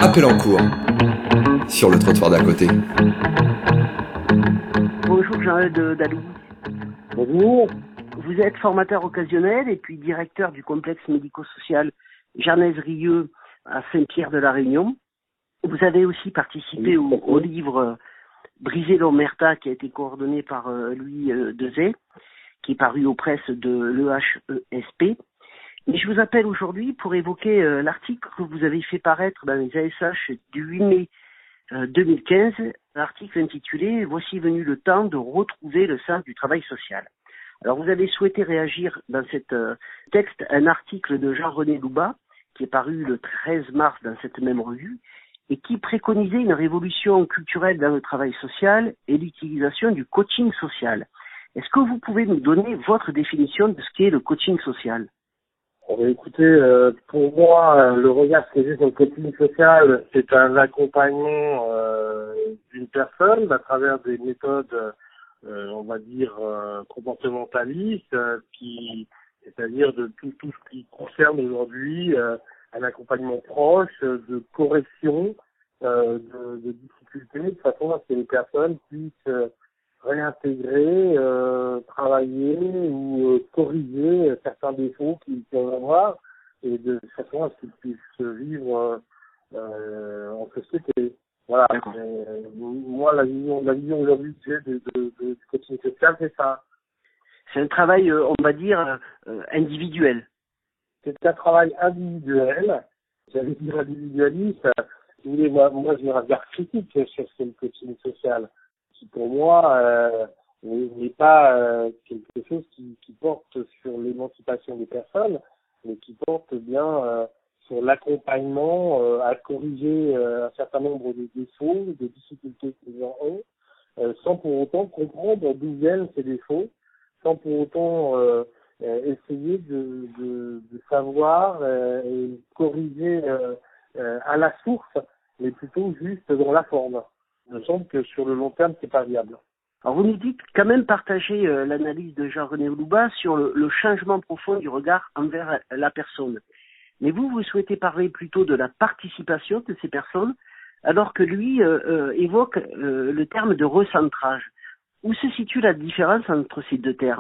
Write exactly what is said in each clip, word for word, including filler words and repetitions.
Appel en cours sur le trottoir d'à côté. Bonjour Jean-Eudes Dalou. Bonjour. Vous êtes formateur occasionnel et puis directeur du complexe médico-social Jarnès-Rieux à Saint-Pierre-de-la-Réunion. Vous avez aussi participé oui, au, au livre Briser l'Omerta qui a été coordonné par euh, Louis euh, Dezay, qui est paru aux presses de l'E H E S P. Mais je vous appelle aujourd'hui pour évoquer euh, l'article que vous avez fait paraître dans les A S H du huit mai euh, deux mille quinze, l'article intitulé « Voici venu le temps de retrouver le sens du travail social ». Alors vous avez souhaité réagir dans cet euh, texte un article de Jean-René Louba qui est paru le treize mars dans cette même revue et qui préconisait une révolution culturelle dans le travail social et l'utilisation du coaching social. Est-ce que vous pouvez nous donner votre définition de ce qu'est le coaching social ? Bon, écoutez, euh, pour moi, euh, le regard que j'ai sur le coaching social, c'est un accompagnement euh, d'une personne à travers des méthodes, euh, on va dire, euh, comportementalistes, euh, qui, c'est-à-dire de tout, tout ce qui concerne aujourd'hui euh, un accompagnement proche, euh, de correction, euh, de, de difficultés, de façon à ce que les personnes puissent euh, réintégrer, euh, travailler ou euh, corriger certains défauts qu'ils peuvent avoir et de façon à ce qu'ils puissent vivre euh, en société. Voilà. Euh, moi, la vision, la vision aujourd'hui que j'ai de, de, de, du coaching social, c'est ça. C'est un travail, euh, on va dire, euh, individuel. C'est un travail individuel. J'allais dire individualiste. Si vous voulez, moi, moi j'ai un regard critique sur ce qu'est le coaching social, qui pour moi euh, n'est pas euh, quelque chose qui, qui porte sur l'émancipation des personnes, mais qui porte bien euh, sur l'accompagnement euh, à corriger euh, un certain nombre de défauts, de difficultés que les gens ont, euh, sans pour autant comprendre d'où viennent ces défauts, sans pour autant euh, euh, essayer de, de, de savoir euh, et corriger euh, euh, à la source, mais plutôt juste dans la forme. Il me semble que sur le long terme, c'est pas viable. Alors vous nous dites quand même partager euh, l'analyse de Jean-René Louba sur le, le changement profond du regard envers la personne. Mais vous, vous souhaitez parler plutôt de la participation de ces personnes, alors que lui euh, euh, évoque euh, le terme de recentrage. Où se situe la différence entre ces deux termes ?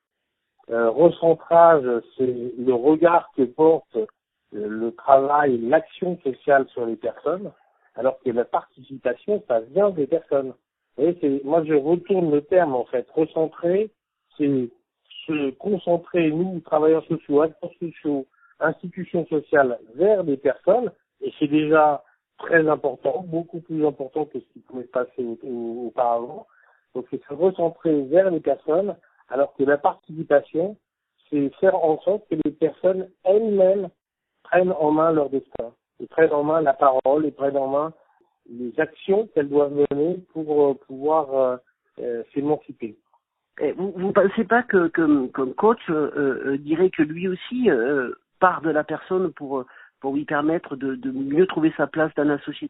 euh, Recentrage, c'est le regard que porte le travail, l'action sociale sur les personnes, alors que la participation, ça vient des personnes. Vous voyez, c'est, moi je retourne le terme en fait. Recentrer, c'est se concentrer, nous, travailleurs sociaux, acteurs sociaux, institutions sociales, vers des personnes, et c'est déjà très important, beaucoup plus important que ce qui pouvait se passer au, au, auparavant. Donc c'est se recentrer vers les personnes, alors que la participation, c'est faire en sorte que les personnes elles-mêmes prennent en main leur destin, et prennent en main la parole, et prennent en main les actions qu'elles doivent mener pour euh, pouvoir euh, euh, s'émanciper. Et vous ne pensez pas que qu'un que coach euh, euh, dirait que lui aussi euh, part de la personne pour, pour lui permettre de, de mieux trouver sa place dans la société ?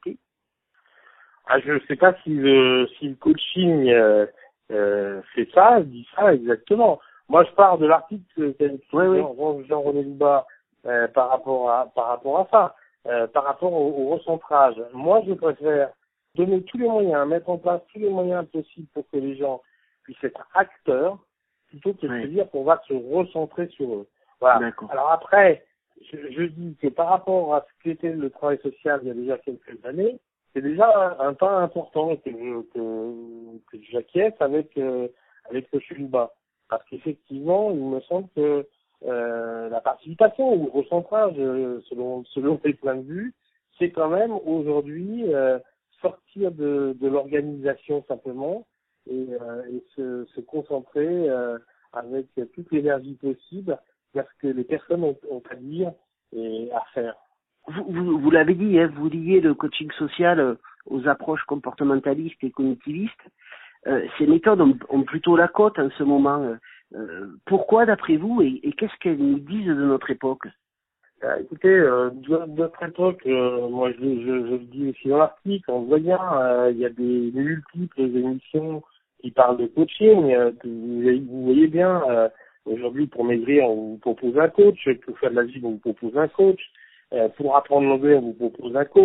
Ah, je ne sais pas si le, si le coaching euh, euh, fait ça, dit ça exactement. Moi, je pars de l'article qu'a écrit oui, oui. Jean, Jean-René Louba euh, par rapport à par rapport à ça, euh, par rapport au, au recentrage. Moi, je préfère donner tous les moyens, mettre en place tous les moyens possibles pour que les gens puissent être acteurs, plutôt que de oui. se dire qu'on va se recentrer sur eux. Voilà. D'accord. Alors après, je, je dis que par rapport à ce qu'était le travail social il y a déjà quelques années, c'est déjà un, un pas important que je, que, que j'acquiesce avec, euh, avec le Louba. Parce qu'effectivement, il me semble que euh, la participation ou le recentrage, euh, selon, selon les points de vue, c'est quand même aujourd'hui euh, sortir de, de l'organisation simplement et, euh, et se, se concentrer euh, avec toute l'énergie possible vers ce que les personnes ont, ont à dire et à faire. Vous, vous, vous l'avez dit, hein, vous liez le coaching social euh, aux approches comportementalistes et cognitivistes. Euh, ces méthodes ont, ont plutôt la cote en ce moment. Euh, pourquoi, d'après vous, et, et qu'est-ce qu'elles nous disent de notre époque ? Euh, écoutez, euh, de notre époque, euh, moi je, je, je le dis aussi dans l'article, on voit bien, euh, il y a des multiples émissions qui parlent de coaching. Euh, vous, vous voyez bien, euh, aujourd'hui pour maigrir, on vous propose un coach, pour faire de la gym, on vous propose un coach, euh, pour apprendre l'anglais, on vous propose un coach.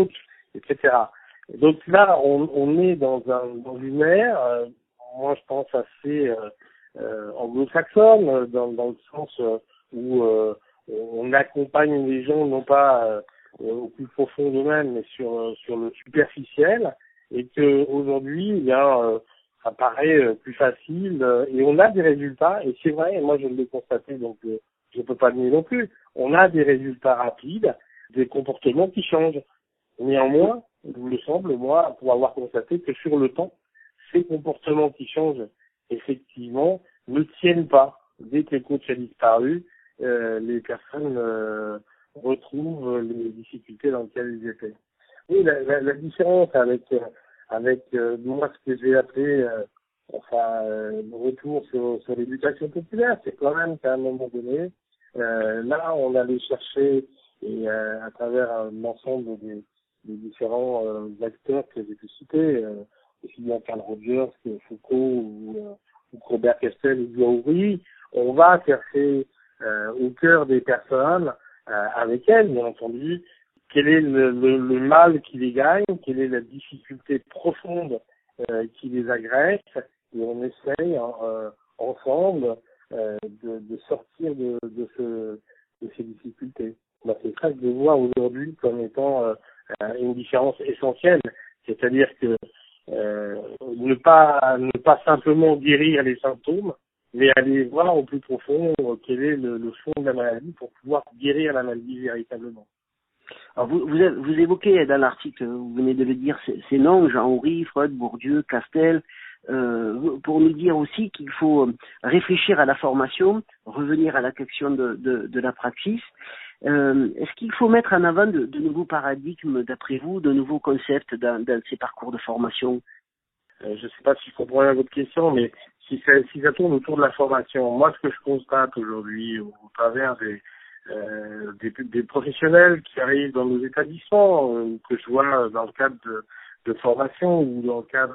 et cetera. Donc là, on, on est dans, un, dans une ère, euh, moi je pense assez euh, euh, anglo-saxonne, dans, dans le sens euh, où euh, on accompagne les gens non pas euh, au plus profond d'eux-mêmes, mais sur euh, sur le superficiel, et que aujourd'hui, eh bien, euh, ça paraît euh, plus facile, euh, et on a des résultats, et c'est vrai, et moi je l'ai constaté, donc euh, je ne peux pas le nier non plus, on a des résultats rapides, des comportements qui changent. Néanmoins, il me semble, moi, pour avoir constaté que sur le temps, ces comportements qui changent, effectivement, ne tiennent pas. Dès que le coach a disparu, euh, les personnes euh, retrouvent les difficultés dans lesquelles ils étaient. Oui, la, la, la différence avec euh, avec euh, moi, ce que j'ai appelé euh, enfin euh, le retour sur, sur l'éducation populaire, c'est quand même qu'à un moment donné, euh, là, on allait chercher, et euh, à travers un ensemble des, des différents euh, acteurs que j'ai pu citer, euh, aussi bien Carl Rogers que Foucault ou, euh, ou Robert Castel ou Gouaouri, on va chercher euh, au cœur des personnes, euh, avec elles, bien entendu, quel est le, le, le mal qui les gagne, quelle est la difficulté profonde euh, qui les agresse, et on essaye euh, ensemble euh, de, de sortir de, de, ce, de ces difficultés. Ben, c'est ça que je vois aujourd'hui comme étant euh, une différence essentielle, c'est-à-dire que euh, ne pas ne pas simplement guérir les symptômes, mais aller voir au plus profond euh, quel est le, le fond de la maladie pour pouvoir guérir la maladie véritablement. Alors vous, vous, vous évoquez dans l'article, vous venez de le dire, ces, ces noms, Jean-Houry, Freud, Bourdieu, Castel, euh, pour nous dire aussi qu'il faut réfléchir à la formation, revenir à la question de, de, de la praxis. Euh, est-ce qu'il faut mettre en avant de, de nouveaux paradigmes, d'après vous, de nouveaux concepts dans, dans ces parcours de formation? euh, Je ne sais pas si je comprends bien votre question, mais si ça, si ça tourne autour de la formation, moi ce que je constate aujourd'hui au, au travers des Euh, des, des professionnels qui arrivent dans nos établissements, euh, que je vois dans le cadre de, de formation ou dans le cadre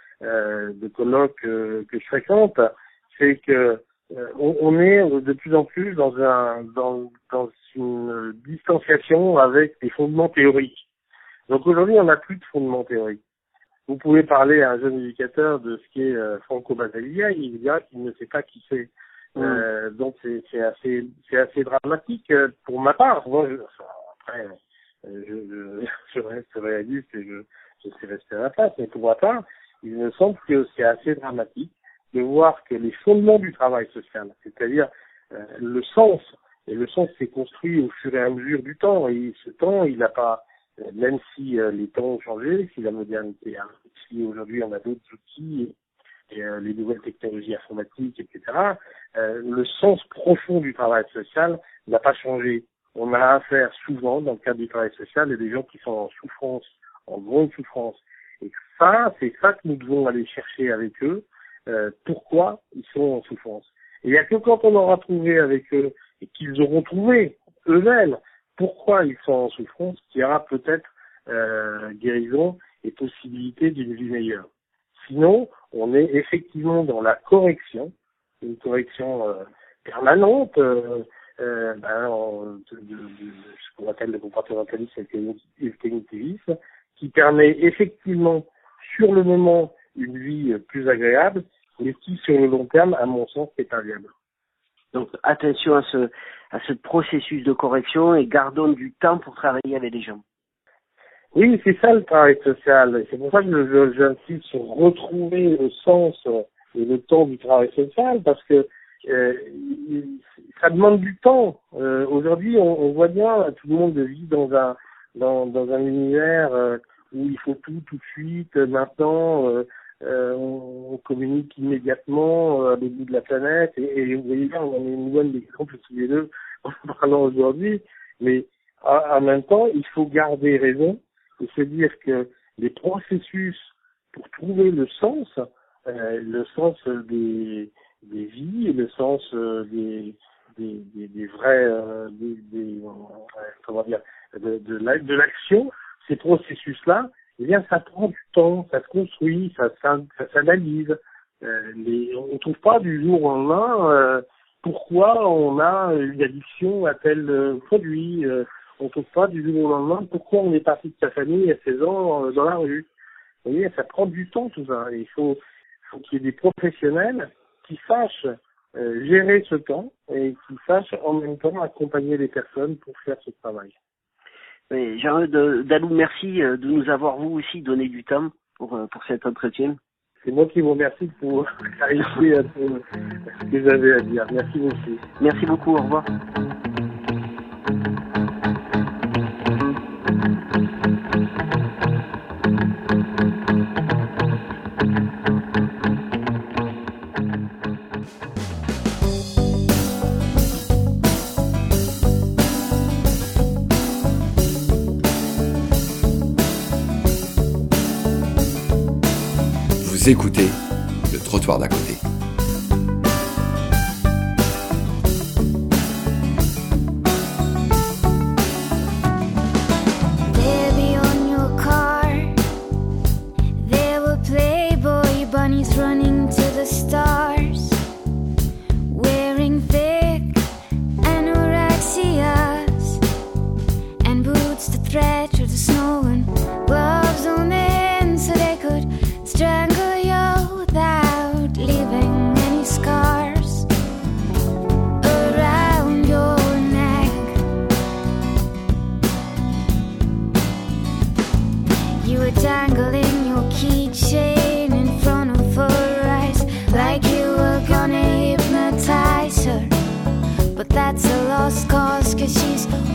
euh, de colloques euh, que je fréquente, c'est que euh, on, on est de plus en plus dans un dans, dans une distanciation avec les fondements théoriques. Donc aujourd'hui, on n'a plus de fondements théoriques. Vous pouvez parler à un jeune éducateur de ce qu'est euh, Franco Basaglia, il dira qu'il ne sait pas qui c'est. Euh, donc c'est, c'est assez c'est assez dramatique euh, pour ma part. Moi, je, enfin, après, euh, je, je, je reste réaliste et je, je sais rester à la place, mais pour ma part, il me semble que c'est assez dramatique de voir que les fondements du travail social, c'est-à-dire euh, le sens, et le sens s'est construit au fur et à mesure du temps, et ce temps, il n'a pas, euh, même si euh, les temps ont changé, si la modernité a, si aujourd'hui on a d'autres outils, et euh, les nouvelles technologies informatiques, et cetera, euh, le sens profond du travail social n'a pas changé. On a affaire souvent, dans le cadre du travail social, à des gens qui sont en souffrance, en grande souffrance. Et ça, c'est ça que nous devons aller chercher avec eux, euh, pourquoi ils sont en souffrance. Et il n'y a que quand on aura trouvé avec eux, et qu'ils auront trouvé eux-mêmes pourquoi ils sont en souffrance, qu'il y aura peut-être euh, guérison et possibilité d'une vie meilleure. Sinon, on est effectivement dans la correction, une correction euh, permanente, euh, euh, ben, en, de, de, de, ce qu'on appelle le comportementalisme et le cognitivisme, qui permet effectivement, sur le moment, une vie plus agréable, mais qui, sur le long terme, à mon sens, est inviable. Donc, attention à ce, à ce processus de correction et gardons du temps pour travailler avec les gens. Oui, c'est ça le travail social. C'est pour ça que je, j'insiste sur retrouver le sens et le temps du travail social, parce que euh, ça demande du temps. Euh, aujourd'hui, on, on voit bien, tout le monde vit dans un dans, dans un univers euh, où il faut tout tout de suite, maintenant. Euh, euh, on, on communique immédiatement euh, à l'autre bout de la planète, et, et vous voyez bien, on est une bonne exemple tous les deux en parlant aujourd'hui. Mais en même temps, il faut garder raison et se dire que les processus pour trouver le sens, euh, le sens des, des vies, le sens euh, des, des, des, des vrais, euh, des, des, euh, comment dire, de, de, la, de l'action, ces processus-là, eh bien, ça prend du temps, ça se construit, ça, ça, ça s'analyse. Euh, les, on ne trouve pas du jour au lendemain euh, pourquoi on a une addiction à tel euh, produit. Euh, on ne trouve pas du jour au lendemain pourquoi on est parti de sa famille à seize ans euh, dans la rue. Vous voyez, ça prend du temps tout ça. Il faut, faut qu'il y ait des professionnels qui sachent euh, gérer ce temps et qui sachent en même temps accompagner les personnes pour faire ce travail. Jean-Eudes Dalou, merci de nous avoir vous aussi donné du temps pour, pour cet entretien. C'est moi qui vous remercie pour clarifier un peu ce que j'avais à dire. Merci beaucoup. Merci beaucoup, au revoir. Vous écoutez Le Trottoir d'à côté. There beyond your car, there were Playboy bunnies running to the stars, wearing thick anorexias and boots to thread through the snow and gloves on them so they could strangle you without leaving any scars around your neck. You were dangling your keychain in front of her eyes like you were gonna hypnotize her, but that's a lost cause, 'cause she's